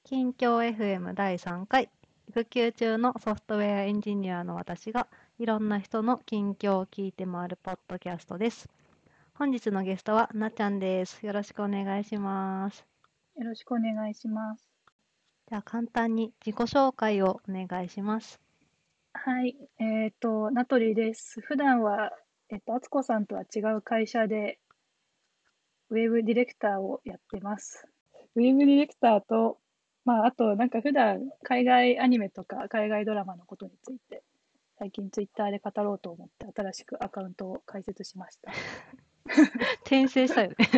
近況 FM 第3回。育休中のソフトウェアエンジニアの私がいろんな人の近況を聞いて回るポッドキャストです。本日のゲストはなっちゃんです。よろしくお願いします。 よろしくお願いします。 じゃあ簡単に自己紹介をお願いします。 はい、名取です。普段は、敦子さんとは違う会社で、ウェブディレクターをやってます。ウェブディレクターと、あと、普段、海外アニメとか海外ドラマのことについて、最近ツイッターで語ろうと思って、新しくアカウントを開設しました。 転生したよね。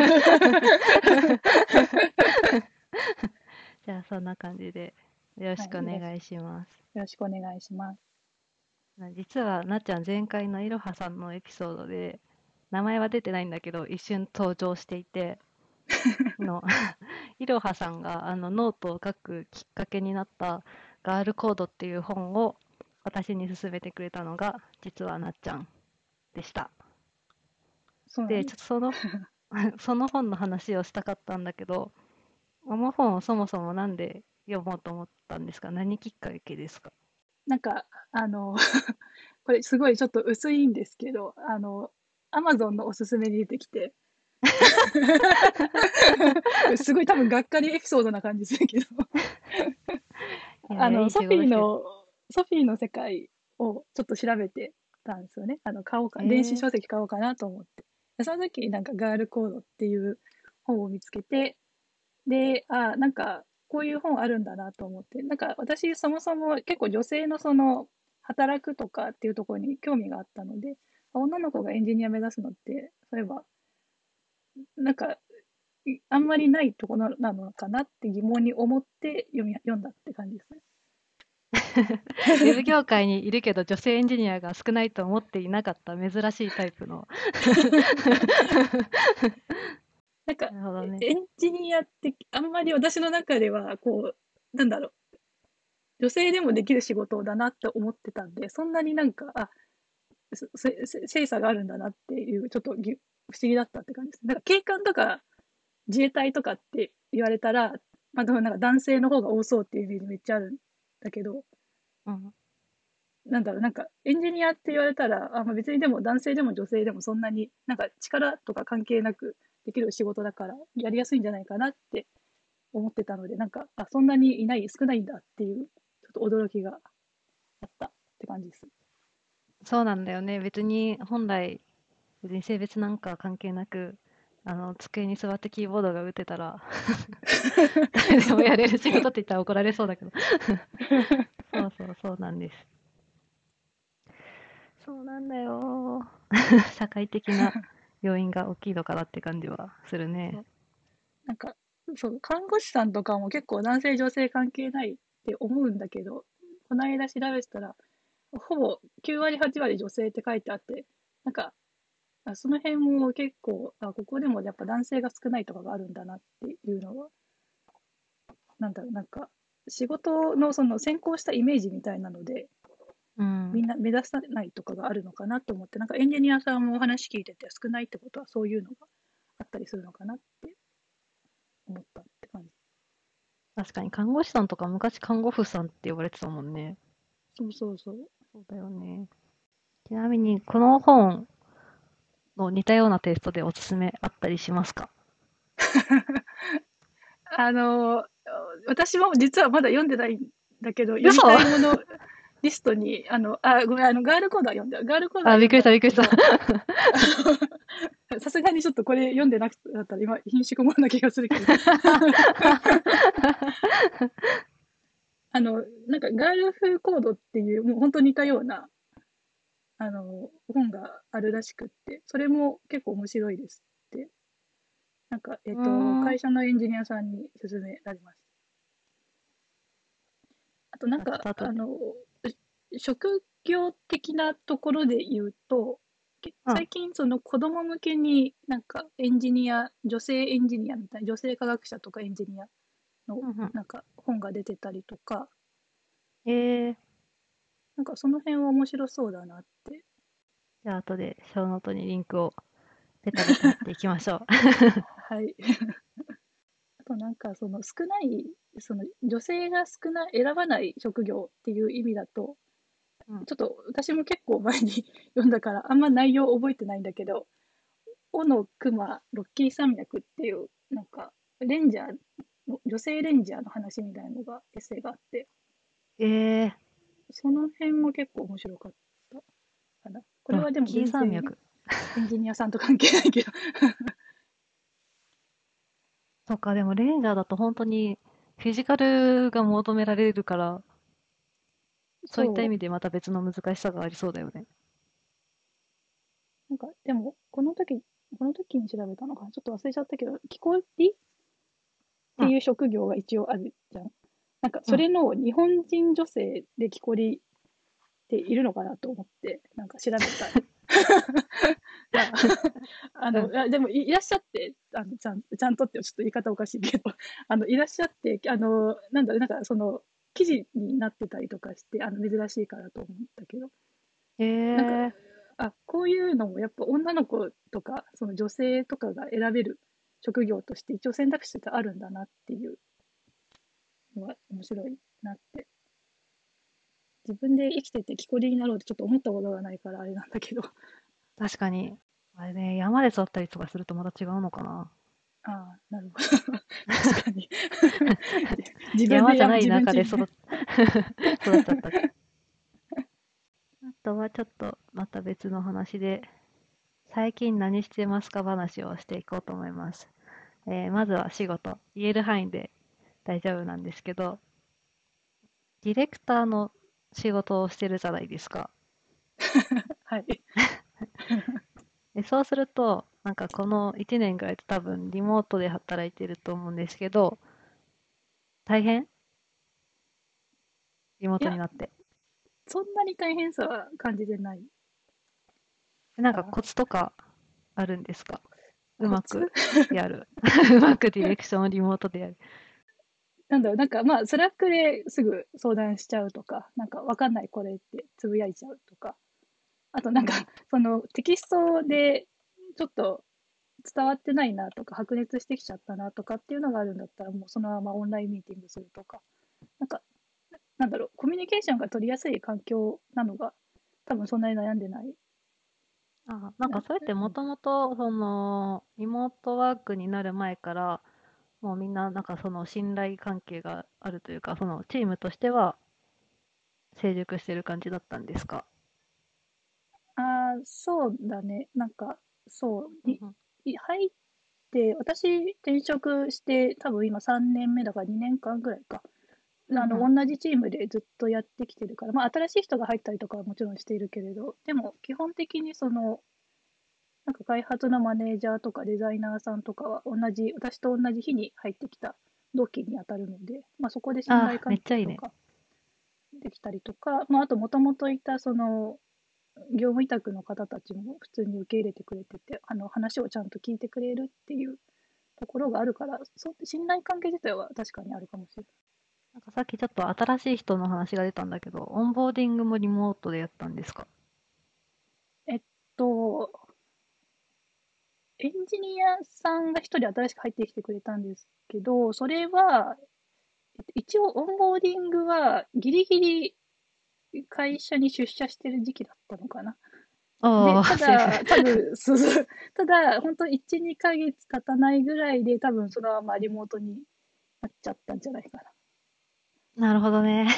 じゃあそんな感じでよろしはい、 くお願いします。 よろしくお願いします。 実はなっちゃん前回のいろはさんのエピソードで名前は出てないんだけど一瞬登場していてのいろはさんがノートを書くきっかけになったガールコードっていう本を私に勧めてくれたのが実はなっちゃんでした。で、 そうなんです。 ちょっとその本の話をしたかったんだけど、この本をそもそもなんで読もうと思ったんですか？何きっかけですか？ なんか、これすごいちょっと薄いんですけど、アマゾンのおすすめに出てきて、これすごい多分がっかりエピソードな感じするけど、 いやいや、いいソフ仕事してる。 ィーの、ソフィーの世界をちょっと調べてたんですよね。買おうか、電子えー、 書籍買おうかなと思って。でその時にガールコードっていう本を見つけて、で、こういう本あるんだなと思って、私そもそも結構女性の働くとかっていうところに興味があったので、女の子がエンジニア目指すのって、そういえば、なんか、あんまりないところなのかなって疑問に思って読んだって感じですね。 ウェブ業界にいるけど女性エンジニアが少ないと思っていなかった珍しいタイプの。 なんか、 なるほどね。 エンジニアってあんまり私の中では、こう、女性でもできる仕事だなって思ってたんで、そんなに精査があるんだなっていう、ちょっと不思議だったって感じです。警官とか自衛隊とかって言われたら、でも男性の方が多そうっていうイメージめっちゃあるんだけど、 うん。 エンジニアって言われたら、別にでも男性でも女性でもそんなに力とか関係なくできる仕事だからやりやすいんじゃないかなって思ってたので、そんなに少ないんだっていう、ちょっと驚きがあったって感じです。 そうなんだよね。別に本来、別に性別なんか関係なく、机に座ってキーボードが打てたら誰でもやれる仕事って言ったら怒られそうだけど。そうそうそうなんです。そうなんだよ。社会的な要因が大きいのかなって感じはするね。 そうなんか、看護師さんとかも結構男性女性関係ないって思うんだけど、この間調べてたら、ほぼ9割8割女性って書いてあって、なんか、その辺も結構、ここでもやっぱ男性が少ないとかがあるんだなっていうのは、仕事のその先行したイメージみたいなので、 うん。 みんな目指さないとかがあるのかなと思って、エンジニアさんもお話聞いてて少ないってことはそういうのがあったりするのかなって思ったって感じ。 確かに看護師さんとか昔看護婦さんって呼ばれてたもんね。 そうそうそう。 そうだよね。ちなみに、この本の似たようなテイストでおすすめあったりしますか？ あの、私も実はまだ読んでないんだけど、読み嘘。 たいものリストに、ごめん、ガールコーダー読んだ。ガールコーダーあ、びっ読んだくりした、びっくりした。 けど、さすがにちょっとこれ読んでなくなったら今、品種もな気がするけど、ガールフーコードっていう、もう本当似たような、本があるらしくって、それも結構面白いですって、 うーん。 会社のエンジニアさんに勧められました。あとあ、ちょっと後で。 職業的なところで言うと、 うん。 最近その子供向けにエンジニア、女性エンジニアみたいな、女性科学者とかエンジニアのうんうん。 本が出てたりとか、 えー、 その辺は面白そうだなって。 じゃあ後で小ノートにリンクをペタペタ貼っていきましょう。 はい。あとなんかその少ない、その女性が少ない、選ばない職業っていう意味だと、 うん。 ちょっと私も結構前に読んだから、あんま内容覚えてないんだけど、尾の熊ロッキー山脈っていう、なんか、レンジャーの、女性レンジャーの話みたいなのが、エッセイがあって、 えー、 その辺も結構面白かったかな。これはでもロッキー全然山脈。 エンジニアさんと関係ないけど。 そっか、でもレンジャーだと本当にフィジカルが求められるから、そういった意そう。 味でまた別の難しさがありそうだよね。 なんか、でも、この時に調べたのかな。ちょっと忘れちゃったけど、木こりってうん、 いう職業が一応あるじゃん。なんか、 うん。 それの日本人女性で木こりっているのかなと思って、なんか調べたら、 うん。 でもいらっしゃって、ちゃんとってちょっと言い方おかしいけど、いらっしゃって、なんだろう、なんかその、記事になってたりとかして、珍しいからと思ったけど、 えなんか、 ー、 こういうのもやっぱ女の子とか、その女性とかが選べる職業として一応選択肢としてあるんだなっていうのは面白いなって。自分で生きてて木こりになろうってちょっと思ったことがないからあれなんだけど。 確かに。あれね、山で育ったりとかするとまた違うのかな。 ああ、なるほど。確かに。自分で山じゃない自分中でちに。 育っちゃったから。あとはちょっとまた別の話で、最近何してますか話をしていこうと思います。まずは仕事。言える範囲で大丈夫なんですけど、ディレクターの仕事をしてるじゃないですか。 はい。 でそうすると、なんかこの1年ぐらい多分リモートで働いてると思うんですけど、大変リモーいや、 トになって。 そんなに大変さは感じてないなんかかな。 コツとかあるんですか？うコツまくやる。うまくディレクションをリモートでやる。 なんだろう、なんかまあ、スラックですぐ相談しちゃうとか、なんかわかんないこれってつぶやいちゃうとか、あとなんか、 うん。 そのテキストでちょっと伝わってないなとか、白熱してきちゃったなとかっていうのがあるんだったら、もうそのままオンラインミーティングするとか、なんか、なんだろう、コミュニケーションが取りやすい環境なのが、多分そんなに悩んでない。 なんかそれってもともと、リモートワークになる前から、もうみんな、なんかその信頼関係があるというか、そのチームとしては成熟してる感じだったんですか？ ああ、そうだね。なんか、そう、 うんうん。 入って、私転職して多分今3年目だから2年間ぐらいか。 うんうん。 同じチームでずっとやってきてるから、まあ新しい人が入ったりとかはもちろんしているけれど、でも基本的にその、なんか開発のマネージャーとかデザイナーさんとかは私と同じ日に入ってきた同期に当たるので、まあそこで信頼め関っちゃいいね。 係とかできたりとか、まああともともといたその業務委託の方たちも普通に受け入れてくれてて、話をちゃんと聞いてくれるっていうところがあるから、そう信頼関係自体は確かにあるかもしれなんかさっきちょっと新しい人の話が出たんだけど、オンボーディングもリモートでやったんですか？ ない。と、エンジニアさんが一人新しく入ってきてくれたんですけど、それは、一応オンボーディングはギリギリ会社に出社してる時期だったのかな。で、 ああ、セーフ。 多分、そうそう、ただ、本当1、2ヶ月経たないぐらいで、多分そのままリモートになっちゃったんじゃないかな。 なるほどね。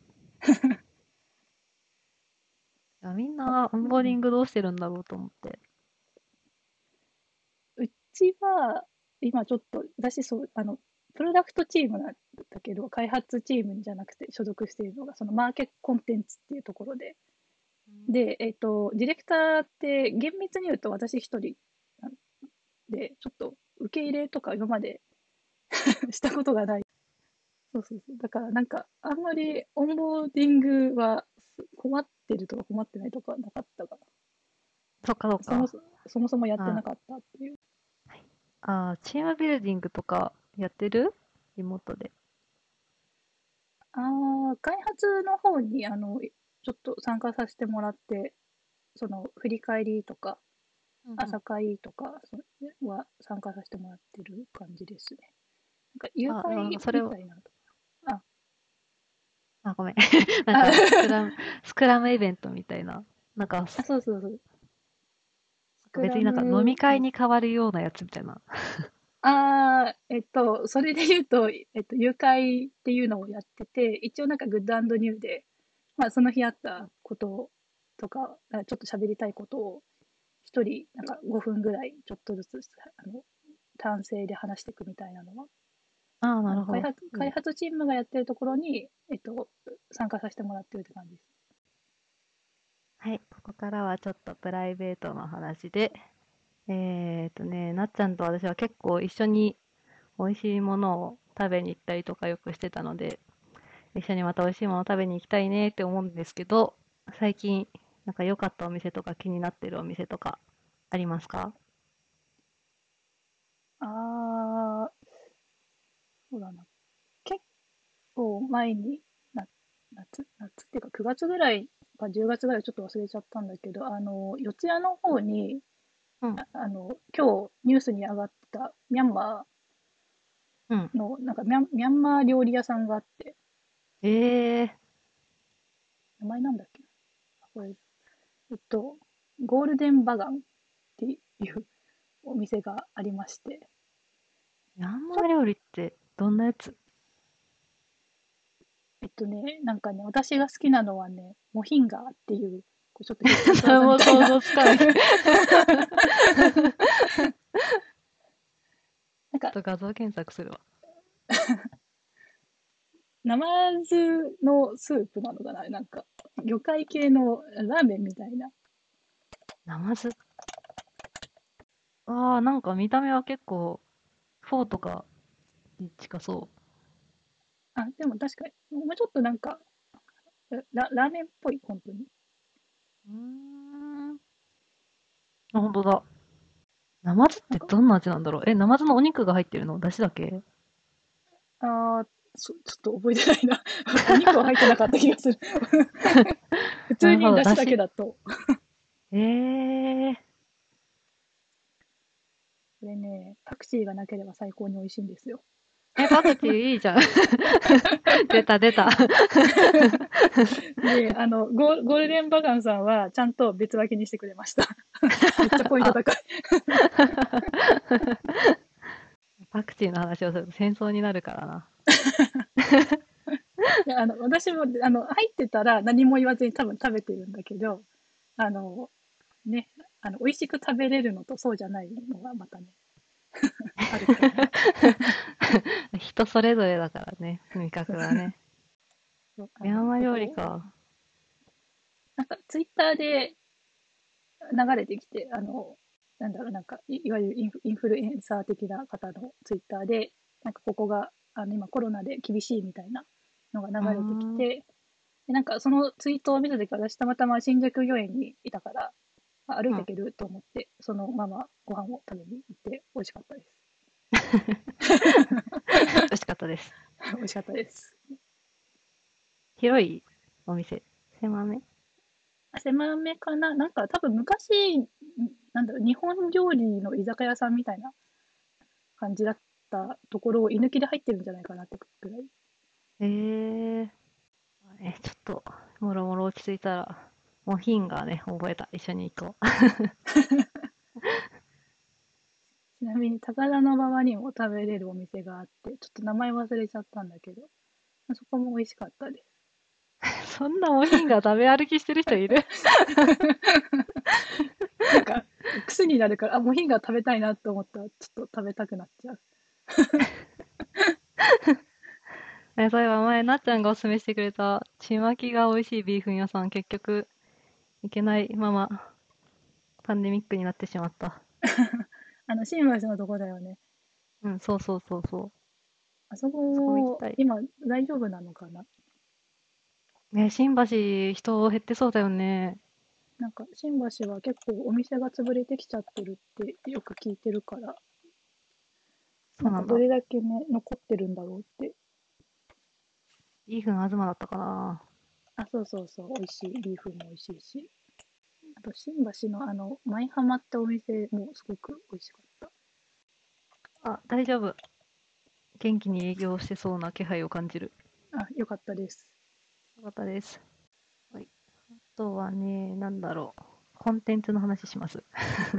いやみんなオンボーディンうん、 グどうしてるんだろうと思って。 うちは、今ちょっと、私そう、プロダクトチームなんだけど、開発チームじゃなくて所属しているのが、そのマーケットコンテンツっていうところで、で、ディレクターって厳密に言うと私一人なんで、ちょっと受け入れとか今までしたことがない。そうそうそう。だからなんか、あんまりオンボーディングは困ってるとか困ってないとかなかったかそっかそっな。 か。 そもそもやってあなかったっていう。 チームビルディングとかやってるリモートで。 開発の方に、ちょっと参加させてもらって、その、振り返りとか、 うんうん。 朝会とかは参加させてもらってる感じですね。 なんか誘あ、でもなんか拐それを、 みたいなのとか。 あ、ごめん。なんあ、 かあ、 スクラムイベントみたいな。なんか、 あ、そうそうそう。スクラ別になんか飲みム、 会に変わるようなやつみたいな。 それで言うと、誘拐っていうのをやってて、一応なんかグッドニューで、まあその日あったこととか、ちょっと喋りたいことを一人なんか5分ぐらいちょっとずつ、単性で話していくみたいなのは、 ああ、なるほど。いい。 開発チームがやってるところに、参加させてもらってるって感じです。 はい。ここからはちょっとプライベートの話で、なっちゃんと私は結構一緒に美味しいものを食べに行ったりとかよくしてたので、一緒にまた美味しいもの食べに行きたいねって思うんですけど、最近、なんか良かったお店とか気になってるお店とかありますか？ ああ、そうだな。結構前に、な、夏っていうか9月ぐらいか10月ぐらいちょっと忘れちゃったんだけど、四谷の方に、 うん、 今日ニュースに上がったミャンマうん。 ーの、なんかミャンマー料理屋さんがあって、 ええ名前なんだっけなこれ、えっと、ゴールデンバガンっていうお店がありまして、 ー、ミャンちょっマー料理ってどんなやつ？ なんかね、私が好きなのはね、モヒンガーっていう、こうちょっと必殺何も想技みたいな像つかない。ちょなんか、 っと画像検索するわ。 ナマズのスープなのかななんか、魚介系のラーメンみたいな。 ナマズ。ああ、なんか見た目は結構、フォーとかに近そあ、でも確かに、もうちょっとなんか、ラーメンっぽい、本当に。 う。うーん。あ、本当だ。ナマズっなんか、 てどんな味なんだろう。え、ナマズのお肉が入ってるの？出汁だけ？ あーちょっと覚えてないな。お肉は入ってなかった気がする。普通なるほど、 に出汁だけ出汁。 だと。 ええこれね、パクチーがなければ最高に美味しいんですよ。 ー。え、パクチーいいじゃん。出た出た。 で、ゴールデンバガンさんはちゃんと別分けにしてくれました。めっちゃポイントあ、 高い。 パクチーの話をすると戦争になるからな。 で、私も、入ってたら何も言わずに多分食べてるんだけど、あの、ね、美味しく食べれるのとそうじゃないのがまたね、あるからね。 人それぞれだからね、味覚はね。 そうミャンマー料理ここ、 か。 なんかツイッターで流れてきて、なんだろう、なんか、いわゆるインフルエンサー的な方のツイッターで、なんかここが、今コロナで厳しいみたいなのがうー流れてきん。 て、でなんかそのツイートを見たとき私たまたま新宿御苑にいたから、歩いうん。 ていけると思って、そのままご飯を食べに行って美味しかったです。 美味しかったです。 美味しかったです。 広いお店。狭め。 狭めかななんか多分昔、なんだろう、日本料理の居酒屋さんみたいな感じだったところを居抜きで入ってるんじゃないかなってくらい。 ええちょっと、もろもろ落ち着いたら、モヒンガーね、覚えた。一緒に行こう。 ちなみに高田馬場にも食べれるお店があって、ちょっと名前忘れちゃったんだけど、そこも美味しかったです。 そんなモヒンガー食べ歩きしてる人いる？ なんか、癖になるから、モヒンガー食べたいなと思ったら、ちょっと食べたくなっちゃう。 そういえば前、なっちゃんがおすすめしてくれた、ちまきが美味しいビーフン屋さん、結局、行けないまま、パンデミックになってしまった。 新橋のとこだよね。 うん、そうそうそうそう。 あそそこも行きこ、 たい。 今、大丈夫なのかなね、新橋、人減ってそうだよね。 なんか、新橋は結構お店が潰れてきちゃってるってよく聞いてるから、なんかそうなんだ。 どれだけね、残ってるんだろうって。 ビーフン東だったかな。 あ、そうそうそう、美味しい。ビーフンも美味しいし。あと、新橋の舞浜ってお店もすごく美味しかった。 あ、大丈夫。 元気に営業してそうな気配を感じる。 あ、よかったです。 よかったです。はい。あとはね、なんだろう。コンテンツの話します。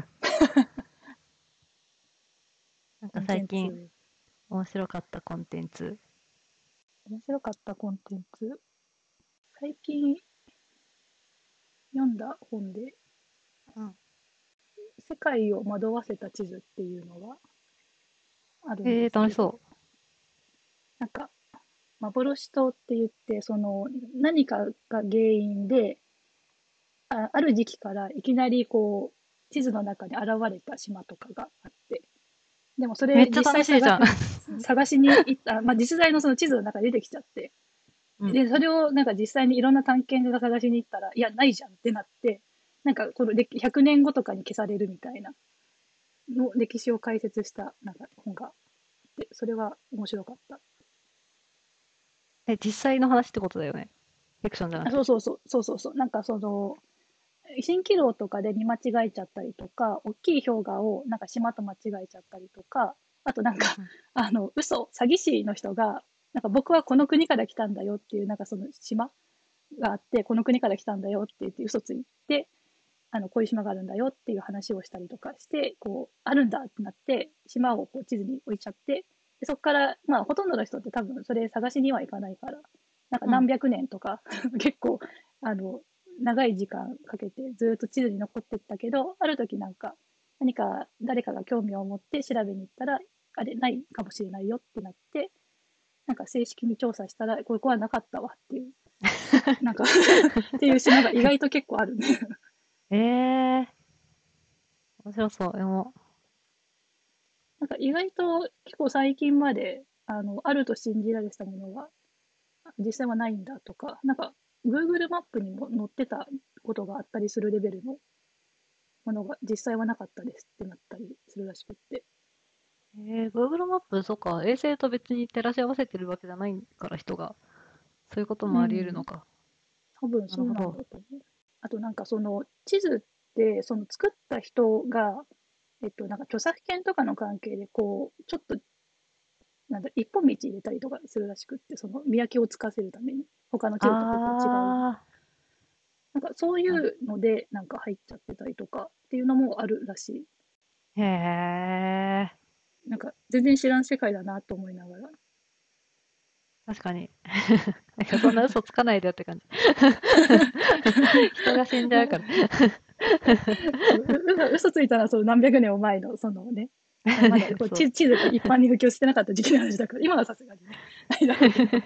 なんかコンテ最近ンツ。 面白かったコンテンツ。 面白かったコンテンツ。最近読んだ本で、 うん。 世界を惑わせた地図っていうのがあるんですけど、 楽しそなんか、幻島って言って、その、何かが原因で、ある時期からいきなりこう、地図の中に現れた島とかがあって、でもそう。めっれちゃ実際探、 楽しいじゃん。 探しに行った、実際のその地図の中に出てきちゃって、 うん。 で、それをなんか実際にいろんな探検家が探しに行ったら、いや、ないじゃんってなって、なんかこの100年後とかに消されるみたいなの歴史を解説したなんか本があって、それは面白かった。 実際の話ってことだよね。フィクションじゃなくて。 なんかその、蜃気楼とかで見間違えちゃったりとか、大きい氷河をなんか島と間違えちゃったりとか、あとなんか、 うんうん。 詐欺師の人が、なんか僕はこの国から来たんだよっていう、なんかその島があって、この国から来たんだよって言って嘘ついて、こういう島があるんだよっていう話をしたりとかして、こう、あるんだってなって、島をこう地図に置いちゃって、でそこから、ほとんどの人って多分それ探しには行かないから、なんかうん。 何百年とか結構、あの、長い時間かけてずっと地図に残ってったけど、ある時なんか、何か誰かが興味を持って調べに行ったら、あれないかもしれないよってなって、なんか正式に調査したら、ここはなかったわっていう、なんかっていう島が意外と結構あるね。 えー、面白そう。でも、 なんか意外と結構最近まで、あると信じられてたものが実際はないんだとか、なんか Google マップにも載ってたことがあったりするレベルのものが実際はなかったですってなったりするらしくって。 Google マップ、そっか、衛星と別に照らし合わせてるわけじゃないから人が、そういうこともあり得るうん。 のか。 多分そうなんなるほど。 だと思う。あとなんかその地図って、その作った人が、なんか著作権とかの関係で、こう、ちょっと、なんだ、一本道入れたりとかするらしくって、その見分けをつかせるために、他の地図とここ違う。 あなんかそういー、 うので、なんか入っちゃってたりとかっていうのもあるらしい。 へえ、 なんか全然知らん世界だなと思いながら。 確かに。なんかそんな嘘つかないでよって感じ。人が死んじゃうから。 嘘ついたらその何百年も前の、そのね、まだこうそう。 地図が一般に普及してなかった時期の話だから、今はさすがにね、ないだろうけど。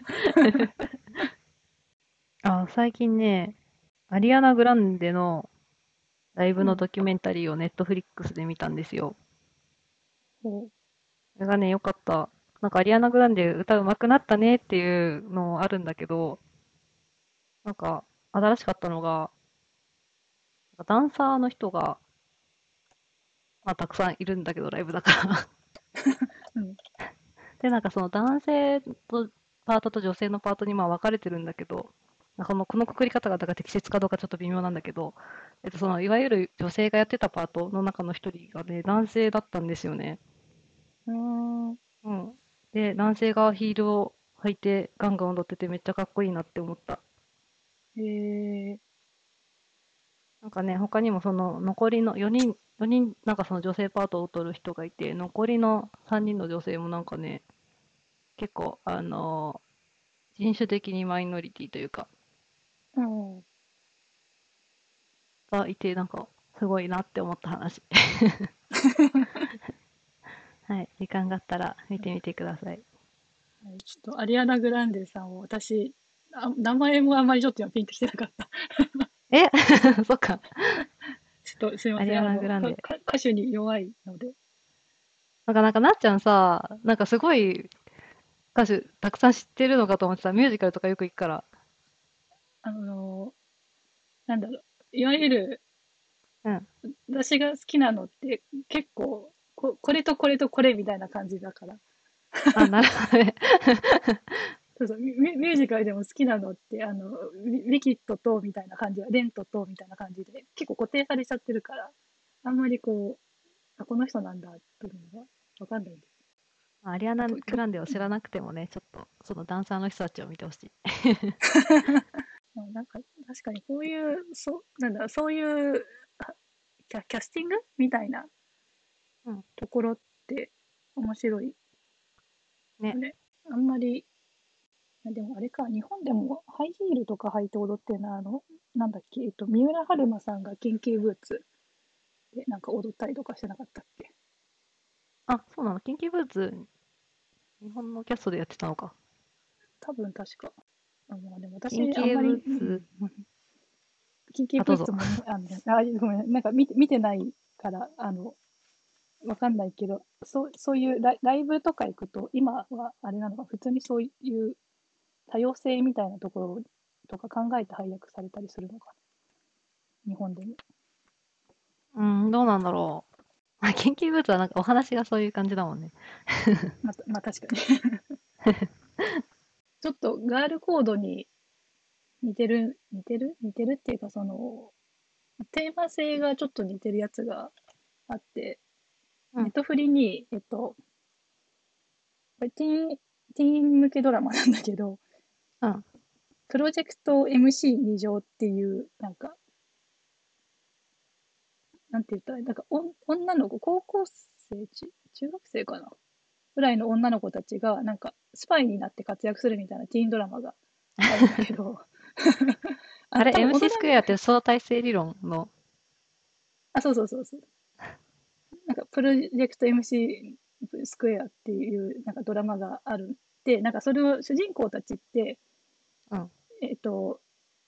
最近ね、アリアナ・グランデのライブうん。 のドキュメンタリーをネットフリックスで見たんですよ。 こそれがね、良かった。なんかアリアナ・グランデ歌上手くなったねっていうのもあるんだけど、なんか新しかったのが、ダンサーの人が、たくさんいるんだけど、ライブだから。 う、うん。 で、なんかその男性とパートと女性のパートに分かれてるんだけど、なんかこのくくり方がだから適切かどうかちょっと微妙なんだけど、そのいわゆる女性がやってたパートの中の一人がね、男性だったんですよね。 うーん。 うん。で、男性がヒールを履いてガンガン踊っててめっちゃかっこいいなって思った。 えー、 なんかね、他にもその残りの4人、なんかその女性パートを踊る人がいて、残りの3人の女性もなんかね、結構、人種的にマイノリティというか、 うん。 がいて、なんか、すごいなって思った話。はい。時間があったら見てみてください。 ちょっとアリアナ・グランデさんを私、名前もあんまりちょっと今ピンときてなかった。 えそっか。 ちょっとすいません。 アリアナ・グランデ。 歌手に弱いので。 なっちゃんさ、なんかすごい歌手たくさん知ってるのかと思ってた。ミュージカルとかよく行くから。 あの、なんだろう。いわゆるうん。 私が好きなのって結構これとこれとこれみたいな感じだから。 なるほどね。 そうそう、ミュージカルでも好きなのって、ウィキッドとみたいな感じで、レントとみたいな感じで、結構固定されちゃってるから、あんまりこう、この人なんだっていうのがわかんないんです。 アリアナ・あと、 グランデを知らなくてもね、ちょっとそのダンサーの人たちを見てほしい。 なんか、確かにこういう、なんだ、そういうあキャスティングみたいなうん。 ところって面白いね。 よね。あんまり、でもあれか、日本でもハイヒールとか履いて踊ってるのは、なんだっけ、三浦春馬さんがキンキーブーツでなんか踊ったりとかしてなかったっけ？ あ、そうなの。キンキーブーツ、日本のキャストでやってたのか。 多分確か。まあ、でもキン私、あんキーブまり、 ーツ、 キンキーあ、どうぞ。 ブーツもね、ごめん、なんか見てないから、わかんないけど、そういうライブとか行くと、今はあれなのか、普通にそういう多様性みたいなところとか考えて配役されたりするのかな、日本でも。 どうなんだろう。まあ、キンキーブーツはなんかお話がそういう感じだもんね。 まあ確かに。ちょっとガールコードに似てるっていうか、テーマ性がちょっと似てるやつがあって、 うん。 ネットフリに、これティーン向けドラマなんだけど、 うん。 プロジェクト MC2 乗っていう、なんて言ったらいい、女の子、高校生、中学生かなぐらいの女の子たちが、スパイになって活躍するみたいなティーンドラマがあるんだけど、 あれ、 多分 MC スクエアって相対性理論の、 そうそうそうそう。プロジェクト MC スクエアっていうドラマがあるんで、それを主人公たちって、 うん。 えっと、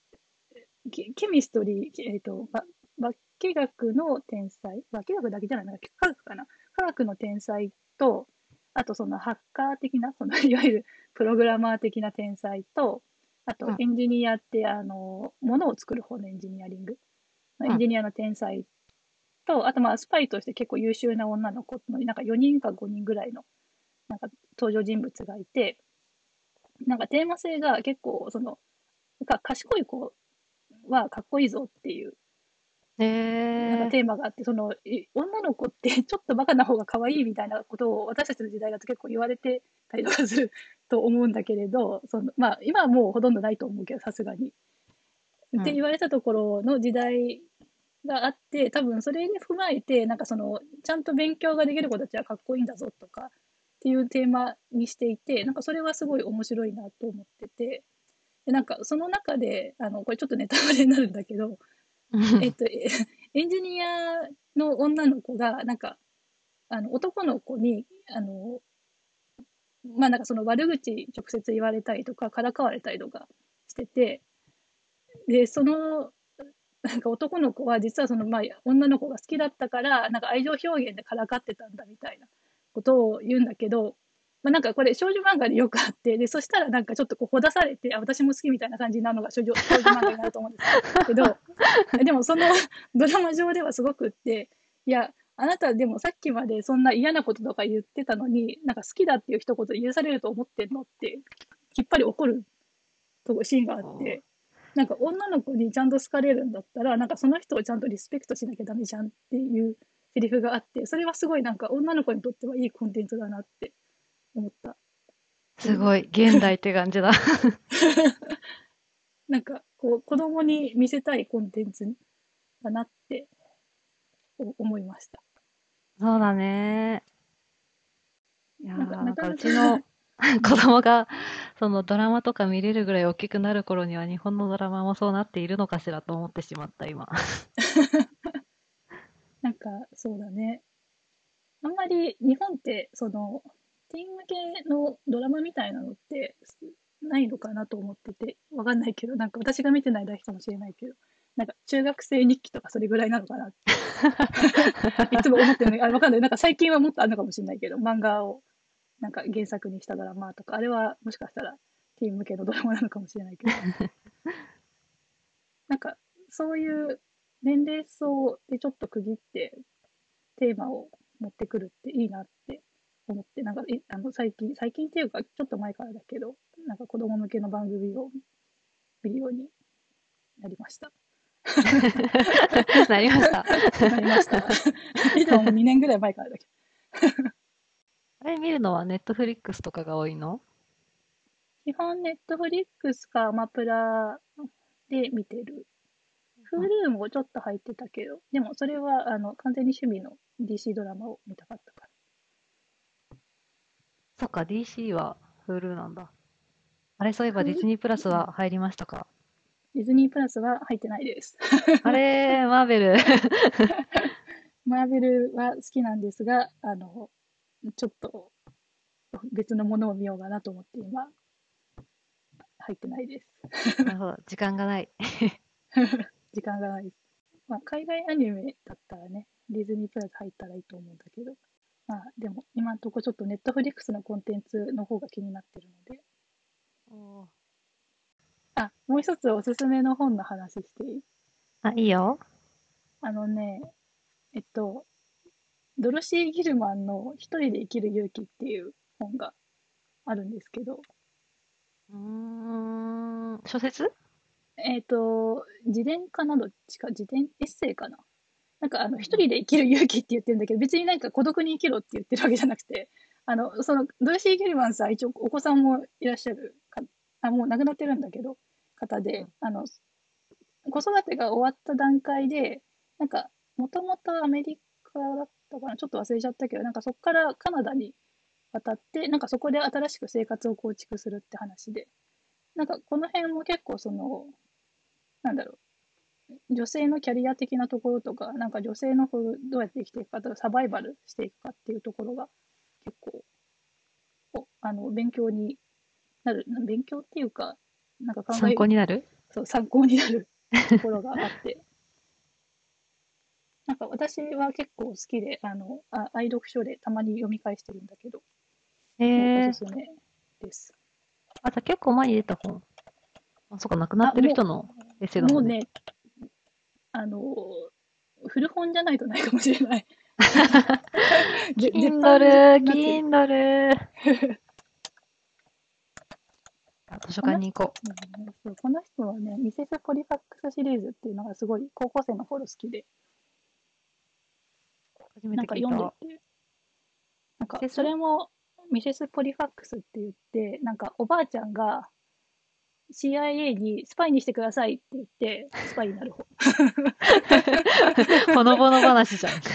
ケミストリー、化学の天才、化学だけじゃない、科学かな。科学の天才と、あとそのハッカー的な、いわゆるプログラマー的な天才と、あとうん。 エンジニアって、ものを作る方のエンジニアリング、 うん。 エンジニアの天才と、あとまあスパイとして結構優秀な女の子の、4人か5人ぐらいの登場人物がいて、テーマ性が結構、賢い子はかっこいいぞっていうえテーマがあって、女の子ってちょっとバカな方が可愛いみたいなことを私たちの時代だと結構言われてたりとかすると思うんだけれど、まあ今はもうほとんどないと思うけど、さすがに。ってうん。 言われたところの時代があって、多分それに踏まえて、ちゃんと勉強ができる子たちはかっこいいんだぞとかっていうテーマにしていて、それはすごい面白いなと思ってて、でその中で、これちょっとネタバレになるんだけど、 うん。 エンジニアの女の子が、男の子に、まあその悪口直接言われたりとか、からかわれたりとかしてて、で、男の子は実はまあ、女の子が好きだったから、愛情表現でからかってたんだみたいなことを言うんだけど、まあ、これ少女漫画でよくあって、で、そしたらちょっとこうほだされて、私も好きみたいな感じになるのが少女漫画になると思うんですけど、でもそのドラマ上ではすごくって、いや、あなたでもさっきまでそんな嫌なこととか言ってたのに、好きだっていう一言許されると思ってんのって、きっぱり怒るシーンがあっおー、 て、女の子にちゃんと好かれるんだったら、その人をちゃんとリスペクトしなきゃダメじゃんっていうセリフがあって、それはすごい女の子にとってはいいコンテンツだなって思ったっていう。 すごい、現代って感じだ。 こう子供に見せたいコンテンツだなって思いました。 そうだね。いやー、なんかうなかなかちの子うん、 供が、そのドラマとか見れるぐらい大きくなる頃には日本のドラマもそうなっているのかしらと思ってしまった、今。 そうだね。あんまり日本ってティーン向けのドラマみたいなのってないのかなと思ってて、わかんないけど、私が見てないだけかもしれないけど、中学生日記とかそれぐらいなのかなっていつも思ってるのに、わかんない。最近はもっとあるのかもしれないけど、漫画を原作にしたドラマとか、あれはもしかしたらティーン向けのドラマなのかもしれないけど、なんかそういう年齢層でちょっと区切ってテーマを持ってくるっていいなって思って、最近っていうか、ちょっと前からだけど、子供向けの番組を見るようになりました。 なりました。 なりました。いつももう2年ぐらい前からだけど。 あれ見るのはネットフリックスとかが多いの？ 基本ネットフリックスかアマプラで見てる。 うん、 Hulu もちょっと入ってたけど、でもそれは完全に趣味の DC ドラマを見たかったから。 そっか、DC は Hulu なんだ。あれ、そういえばディズニープラスうん、 は入りましたか？ ディズニープラスは入ってないです。 あれ、マーベル。 マーベルは好きなんですが、ちょっと別のものを見ようかなと思って今入ってないです。 なるほど、時間がない。 時間がないです。まあ、海外アニメだったらね、ディズニープラス入ったらいいと思うんだけど、まあ、でも今のところちょっとネットフリックスのコンテンツの方が気になってるので、 おー、 あ、もう一つおすすめの本の話していい？ あ、いいよ。 あのね、えっと、ドロシー・ギルマンの一人で生きる勇気っていう本があるんですけど、 うーん、小説？ 自伝かな、どっちか、自伝、エッセイかな。なんかうんうん。 一人で生きる勇気って言ってるんだけど、別になんか孤独に生きろって言ってるわけじゃなくて、その、ドルシー・ギルマンさん、一応お子さんもいらっしゃるか、もう亡くなってるんだけど、方で、 うん子育てが終わった段階で、なんか、もともとアメリカだったかな、ちょっと忘れちゃったけど、なんかそこからカナダに渡って、なんかそこで新しく生活を構築するって話で、なんかこの辺も結構その、なんだろう、女性のキャリア的なところとか、なんか女性のこうどうやって生きていくかとか、サバイバルしていくかっていうところが結構、勉強になる、勉強っていうか、なんか考参考え、 になる？ そう、参考になるところがあって、なんか私は結構好きで、愛読書でたまに読み返してるんだけど、 えすごいおすー、 すめです。 あ、じゃあ結構前に出た本。あ、そっか、亡くなっあ、 てる人のエッセイだもんね。 もうね、あの、古本じゃないとないかもしれない。絶版 Kindle、 なって Kindle。あ、図書この人、 館に行こそう、この人はね、ミセスポリファックスシリーズっていうのがすごい高校生の頃好きで、 う。初めなんかて聞いた。 読んでて、なんかミセスそれもミセスポリファックスって言って、なんかおばあちゃんが CIA にスパイにしてくださいって言って、スパイになる方。 ほのぼの話じゃん。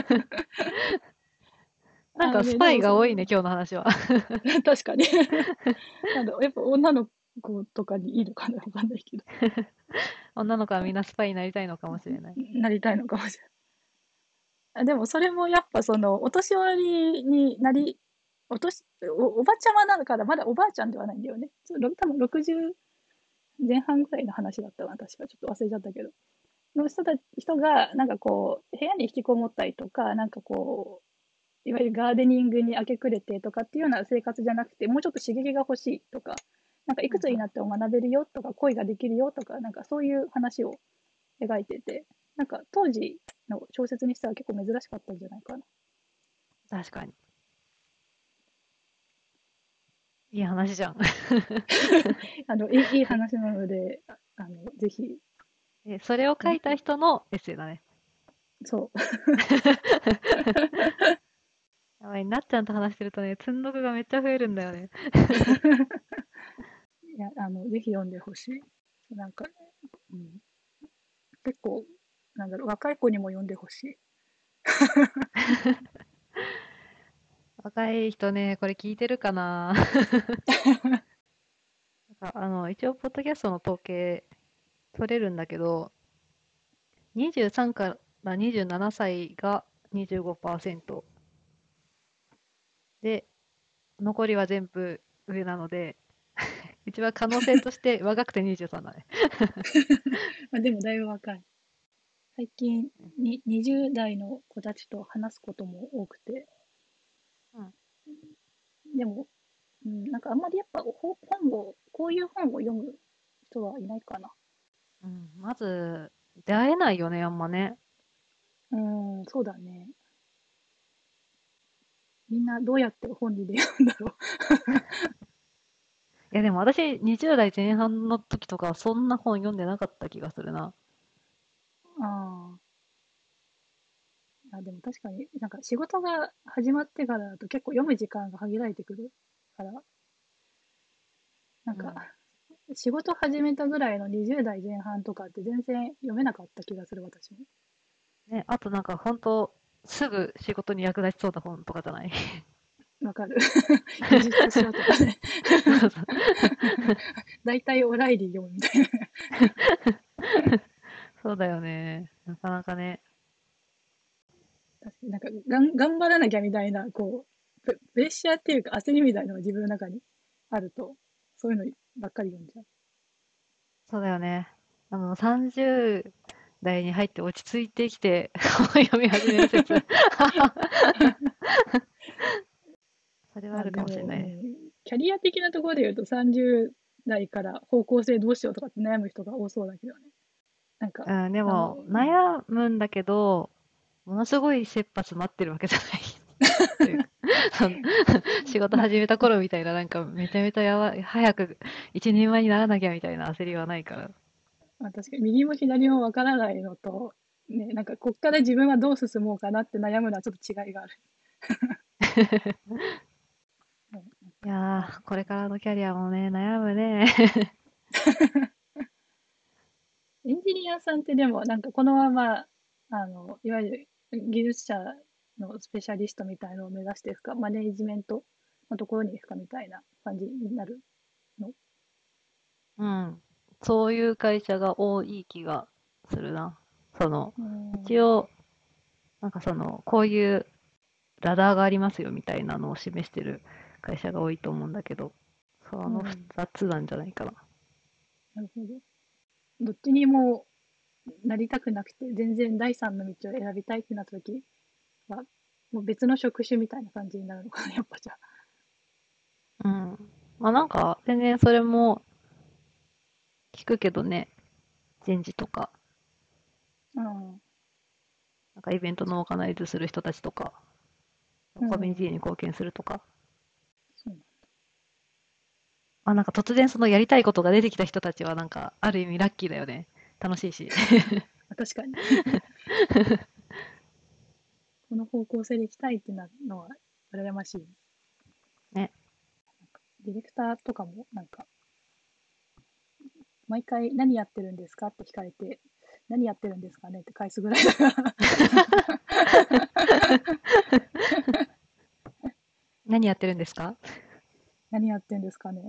なんかスパでもイが多いね、今日の話は。 確かにやっぱ女の子とかにいいのかな、わかんないけど、 女の子はみんなスパイになりたいのかもしれない。 なりたいのかもしれない。でもそれもやっぱその、お年寄りになり、おばちゃまなのから、まだおばあちゃんではないんだよね。多分60前半ぐらいの話だったわ、確か。ちょっと忘れちゃったけど。の人が、なんかこう、部屋に引きこもったりとか、なんかこう、いわゆるガーデニングに明け暮れてとかっていうような生活じゃなくて、もうちょっと刺激が欲しいとか、なんかいくつになっても学べるよとか、恋ができるよとか、なんかそういう話を描いてて、なんか当時の小説にしては結構珍しかったんじゃないかな。 確かに。いい話じゃん。 いい話なので、ぜひ、 でそれを書いた人のエッセイだね。 そう。 やばい、なっちゃんと話してるとね、積んどくがめっちゃ増えるんだよね。 いや、ぜひ読んでほしい。なんか、うん、結構、なんだろう、若い子にも読んでほしい。 若い人ね、これ聞いてるかな？なんか一応、ポッドキャストの統計取れるんだけど、23から27歳が25%で、残りは全部上なので、一番可能性として若くて23だね。 まあ、でもだいぶ若い。最近に20代の子たちと話すことも多くて、 うん。 でも、なんかあんまりやっぱこういう本を読む人はいないかな。 うん、まず、出会えないよね、あんまね。 そうだね。みんなどうやって本に出会うんだろう。 いや、でも私、20代前半の時とかはそんな本読んでなかった気がするな。 あでも確かになんか仕事が始まってからだと結構読む時間が限られてくるから、なんかうん。 仕事始めたぐらいの20代前半とかって全然読めなかった気がする、私も。 ね、あとなんか本当すぐ仕事に役立ちそうな本とかじゃない？ わかる。技術書とかね。 そうそう。 大体オライリー読むみたいな。 そうだよね。なかなかね。 確かになんか頑張らなきゃみたいな、こう、プレッシャーっていうか焦りみたいなのが自分の中にあると、そういうのばっかり読んじゃう。 そうだよね。30代に入って落ち着いてきて本読み始める説。それはあるかもしれまあでも、 ないね。 キャリア的なところで言うと30代から方向性どうしようとかって悩む人が多そうだけどね。なんか、 うん、であの、 も、悩むんだけど、ものすごい切羽詰まってるわけじゃないというか、その仕事まあ、 始めた頃みたいな、なんかめちゃめちゃ早く一人前にならなきゃみたいな焦りはないから。 まあ確かに右も左もわからないのと、ね、なんかこっから自分はどう進もうかなって悩むのはちょっと違いがある。うんなんいか、まあ、 やー、これからのキャリアもね、悩むね。 エンジニアさんってでも、なんかこのまま、いわゆる技術者のスペシャリストみたいなのを目指していくか、マネージメントのところに行くかみたいな感じになるの。 うん。そういう会社が多い気がするな。 うん。 一応、こういうラダーがありますよみたいなのを示してる会社が多いと思うんだけど、そのうん。 2つなんじゃないかな。 なるほど。どっちにもなりたくなくて、全然第三の道を選びたいってなった時は、もう別の職種みたいな感じになるのかな、やっぱじゃあ。 うん。まあなんか、全然それも聞くけどね、人事とか、 うん。 なんかイベントのオーガナイズする人たちとか、 うコミュニティにん。 貢献するとか、 そうまあなんか突然そのやりたいことが出てきた人たちはなんか、ある意味ラッキーだよね。楽しいし。 確かに。この方向性で行きたいってなるのは羨ましい。 ね。 ディレクターとかも、なんか、毎回何やってるんですかって聞かれて、何やってるんですかねって返すぐらいだから。 何やってるんですか？ 何やってんですかね。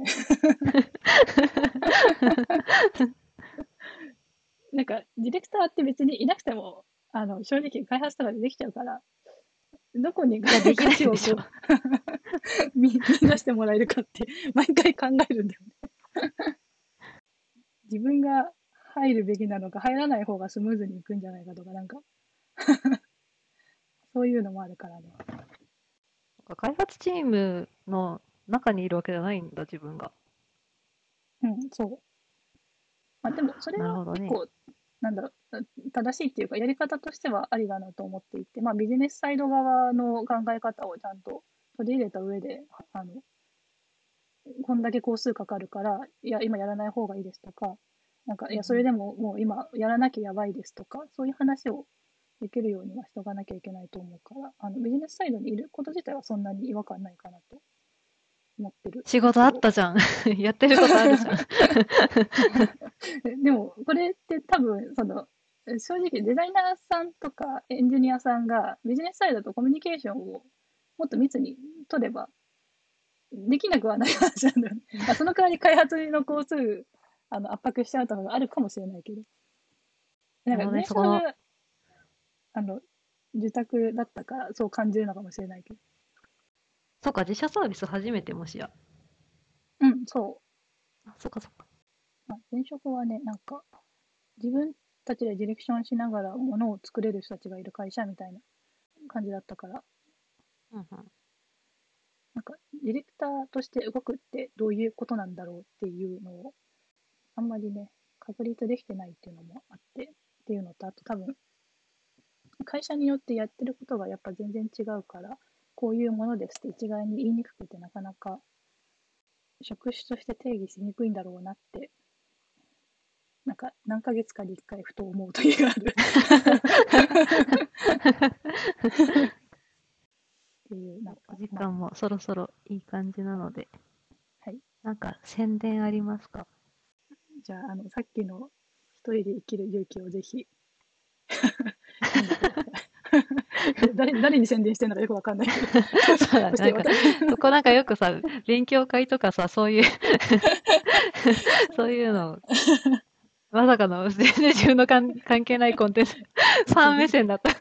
なんか、ディレクターって別にいなくても、正直開発とかでできちゃうから、どこにいや、でき価ないでしょ。 値をこう見出してもらえるかって毎回考えるんだよね。自分が入るべきなのか入らない方がスムーズにいくんじゃないかとか、なんかそういうのもあるからね。 開発チームの中にいるわけじゃないんだ、自分が。 うん、そう。まあでもそれなるほどね。 は結構、なんだろう、正しいっていうかやり方としてはありだなと思っていて、まあビジネスサイド側の考え方をちゃんと取り入れた上で、こんだけ工数かかるから、いや、今やらない方がいいですとか、なんか、いや、それうんでももう今やらなきゃやばいですとか、そういう話をできるようにはしとかなきゃいけないと思うから、ビジネスサイドにいること自体はそんなに違和感ないかなと思ってる仕事あけど。 ったじゃん。やってることあるじゃん。 でも、これって多分、正直デザイナーさんとかエンジニアさんがビジネスサイドとコミュニケーションをもっと密に取ればできなくはない話なんだよね。まあ、その代わり開発の工数、圧迫しちゃうとかがあるかもしれないけど。なんかなるほどね、 前職が、あの、受託だったからそう感じるのかもしれないけど。 そっか、自社サービス初めてもしや。 うん、そあ、そっかそっか。 う。まあ、前職はね、なんか、自分たちでディレクションしながらものを作れる人たちがいる会社みたいな感じだったから、 うんうん。 なんか、ディレクターとして動くってどういうことなんだろうっていうのを、あんまりね、確立できてないっていうのもあって、っていうのと、あと多分、会社によってやってることがやっぱ全然違うから、こういうものですって一概に言いにくくて、なかなか職種として定義しにくいんだろうなって、 なんか何ヶ月かに1回ふと思う時があるっていう、なんか、 お時まあ、 間もそろそろいい感じなので、 はい。 なんか宣伝ありますか？ じゃあ、さっきの一人で生きる勇気をぜひ読んでください。誰に宣伝してるのかよくわかんないけど。 そうだね。 そしてそこなんかよくさ、勉強会とかさ、そういうそういうの、まさかの全然自分の関係ないコンテンツ、ファン目線だった。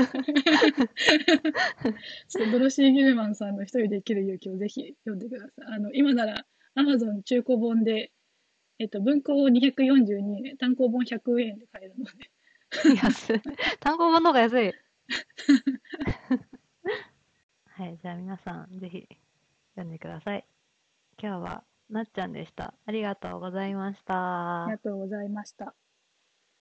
そう、ドロシー・ギルマンさんの一人で生きる勇気をぜひ読んでください。今なら Amazon 中古本で、文庫242円、単行本100円で買えるので。 安い。単行本の方が安い。はい、じゃあ皆さん、ぜひ読んでください。今日はなっちゃんでした。ありがとうございました。 ありがとうございました。